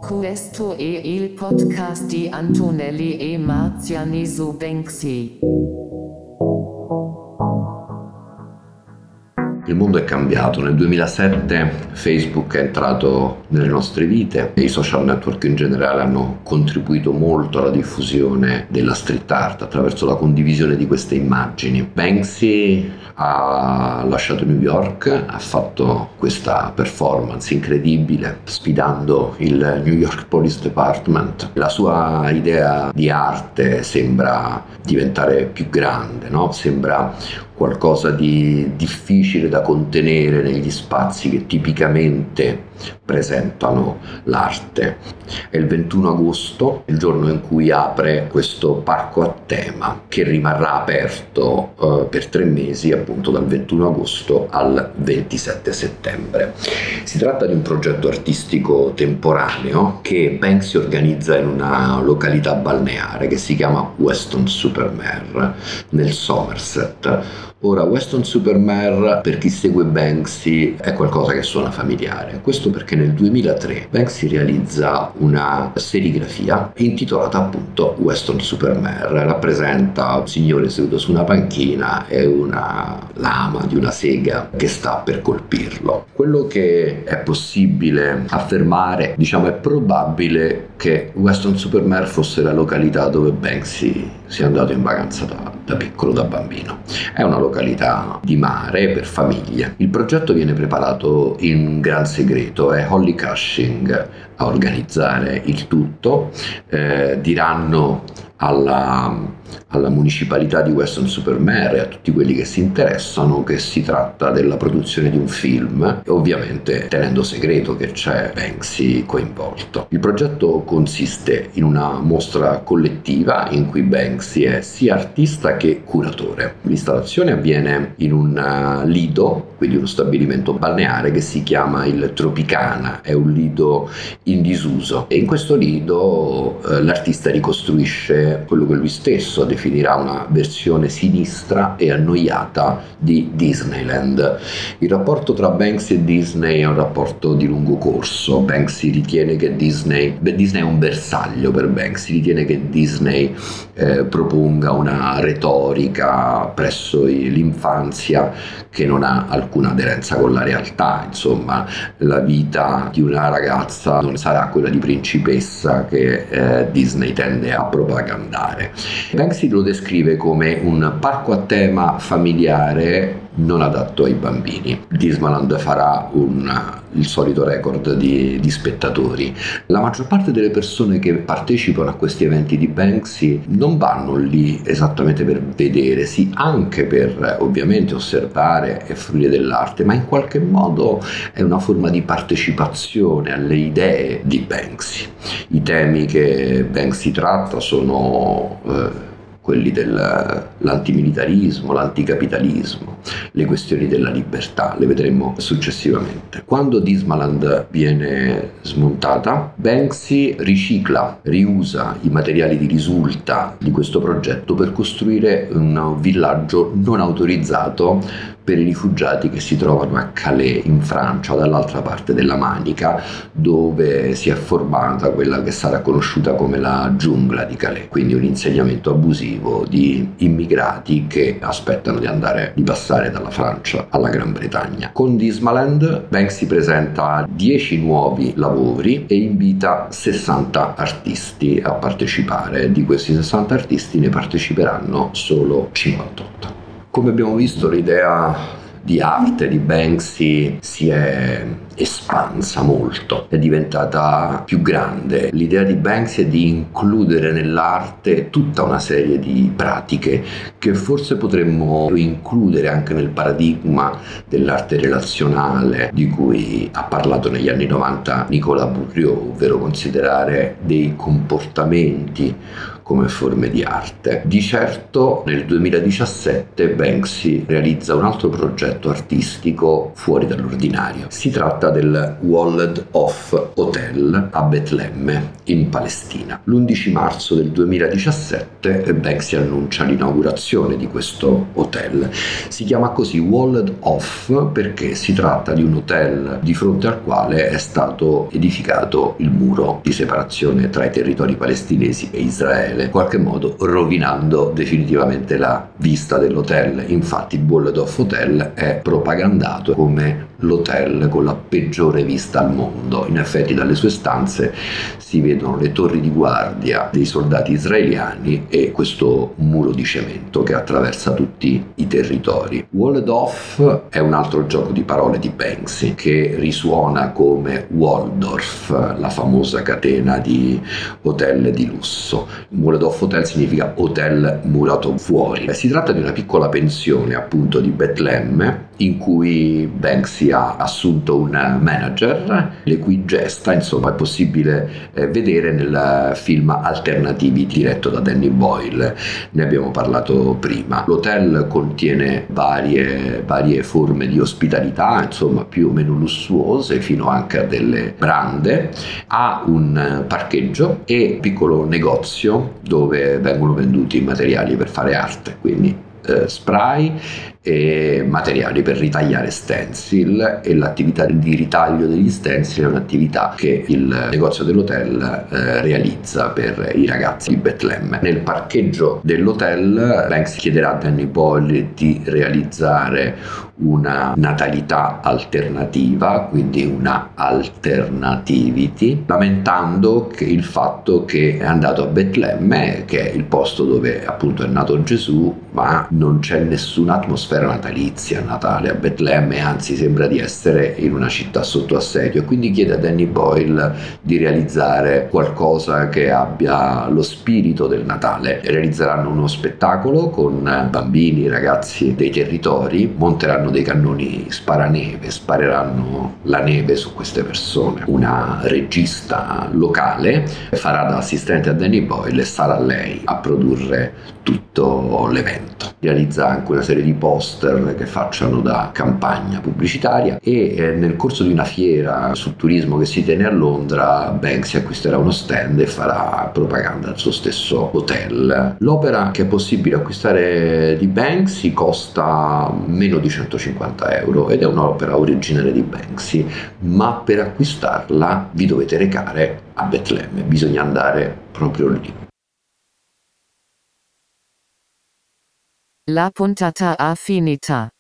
Questo è il podcast di Antonelli e Marziani su Banksy. Il mondo è cambiato. Nel 2007 Facebook è entrato nelle nostre vite e i social network in generale hanno contribuito molto alla diffusione della street art attraverso la condivisione di queste immagini. Banksy ha lasciato New York, ha fatto questa performance incredibile sfidando il New York Police Department. La sua idea di arte sembra diventare più grande, no? Sembra qualcosa di difficile da contenere negli spazi che tipicamente presentano l'arte. È il 21 agosto, il giorno in cui apre questo parco a tema che rimarrà aperto per 3 mesi, appunto dal 21 agosto al 27 settembre. Si tratta di un progetto artistico temporaneo che Banksy organizza in una località balneare che si chiama Weston-super-Mare nel Somerset. Ora, Weston-super-Mare, per chi segue Banksy, è qualcosa che suona familiare. Questo perché nel 2003 Banksy realizza una serigrafia intitolata appunto Weston-super-Mare. Rappresenta un signore seduto su una panchina e una lama di una sega che sta per colpirlo. Quello che è possibile affermare, è probabile che Weston-super-Mare fosse la località dove Banksy sia andato in vacanza da piccolo, da bambino. È una località di mare per famiglie. Il progetto viene preparato in gran segreto, è Holly Cushing a organizzare il tutto. Diranno alla municipalità di Weston-super-Mare e a tutti quelli che si interessano che si tratta della produzione di un film, ovviamente tenendo segreto che c'è Banksy coinvolto. Il progetto consiste in una mostra collettiva in cui Banksy è sia artista che curatore. L'installazione avviene in un lido, quindi uno stabilimento balneare che si chiama il Tropicana, è un lido in disuso, e in questo lido l'artista ricostruisce quello che lui stesso definirà una versione sinistra e annoiata di Disneyland. Il rapporto tra Banksy e Disney è un rapporto di lungo corso. Banksy ritiene che Disney è un bersaglio per Banksy, ritiene che Disney proponga una retorica presso l'infanzia che non ha alcuna aderenza con la realtà. Insomma, la vita di una ragazza non sarà quella di principessa che Disney tende a propagandare. Banksy lo descrive come un parco a tema familiare non adatto ai bambini. Disneyland farà il solito record di spettatori. La maggior parte delle persone che partecipano a questi eventi di Banksy non vanno lì esattamente per vedere, sì, anche per ovviamente osservare e fruire dell'arte, ma in qualche modo è una forma di partecipazione alle idee di Banksy. I temi che Banksy tratta sono quelli dell'antimilitarismo, l'anticapitalismo, le questioni della libertà, le vedremo successivamente. Quando Disneyland viene smontata, Banksy riusa i materiali di risulta di questo progetto per costruire un villaggio non autorizzato per i rifugiati che si trovano a Calais in Francia, dall'altra parte della Manica, dove si è formata quella che sarà conosciuta come la giungla di Calais, quindi un insediamento abusivo di immigrati che aspettano di passare dalla Francia alla Gran Bretagna. Con Disneyland Banksy presenta 10 nuovi lavori e invita 60 artisti a partecipare. Di questi 60 artisti ne parteciperanno solo 58. Come abbiamo visto, l'idea di arte di Banksy si è espansa molto, è diventata più grande. L'idea di Banksy è di includere nell'arte tutta una serie di pratiche che forse potremmo includere anche nel paradigma dell'arte relazionale di cui ha parlato negli anni 90 Nicolas Bourriaud, ovvero considerare dei comportamenti come forme di arte. Di certo nel 2017 Banksy realizza un altro progetto artistico fuori dall'ordinario. Si tratta del Walled Off Hotel a Betlemme, in Palestina. L'11 marzo del 2017 Banksy annuncia l'inaugurazione di questo hotel. Si chiama così Walled Off perché si tratta di un hotel di fronte al quale è stato edificato il muro di separazione tra i territori palestinesi e Israele, in qualche modo rovinando definitivamente la vista dell'hotel. Infatti il Walled Off Hotel è propagandato come l'hotel con la peggiore vista al mondo. In effetti dalle sue stanze si vedono le torri di guardia dei soldati israeliani e questo muro di cemento che attraversa tutti i territori. Walled Off è un altro gioco di parole di Banksy che risuona come Waldorf, la famosa catena di hotel di lusso. Walled Off Hotel significa hotel murato fuori. Si tratta di una piccola pensione appunto di Betlemme in cui Banksy ha assunto un manager, le cui gesta insomma è possibile vedere nel film Alternativi diretto da Danny Boyle. Ne abbiamo parlato prima. L'hotel contiene varie forme di ospitalità, insomma più o meno lussuose, fino anche a delle brande. Ha un parcheggio e piccolo negozio dove vengono venduti materiali per fare arte, quindi spray e materiali per ritagliare stencil, e l'attività di ritaglio degli stencil è un'attività che il negozio dell'hotel realizza per i ragazzi di Betlemme. Nel parcheggio dell'hotel Banksy chiederà a Danny Boyle di realizzare una natalità alternativa, quindi una alternativity, lamentando che il fatto che è andato a Betlemme, che è il posto dove appunto è nato Gesù, ma non c'è nessuna atmosfera natalizia a Natale a Betlemme, anzi sembra di essere in una città sotto assedio, e quindi chiede a Danny Boyle di realizzare qualcosa che abbia lo spirito del Natale. Realizzeranno uno spettacolo con bambini, ragazzi dei territori, monteranno dei cannoni sparaneve, spareranno la neve su queste persone. Una regista locale farà da assistente a Danny Boyle e sarà lei a produrre tutto l'evento. Realizza anche una serie di poster che facciano da campagna pubblicitaria e nel corso di una fiera sul turismo che si tiene a Londra Banksy acquisterà uno stand e farà propaganda al suo stesso hotel. L'opera che è possibile acquistare di Banksy costa meno di 150 euro ed è un'opera originale di Banksy, ma per acquistarla vi dovete recare a Betlemme, bisogna andare proprio lì. La puntata ha finita.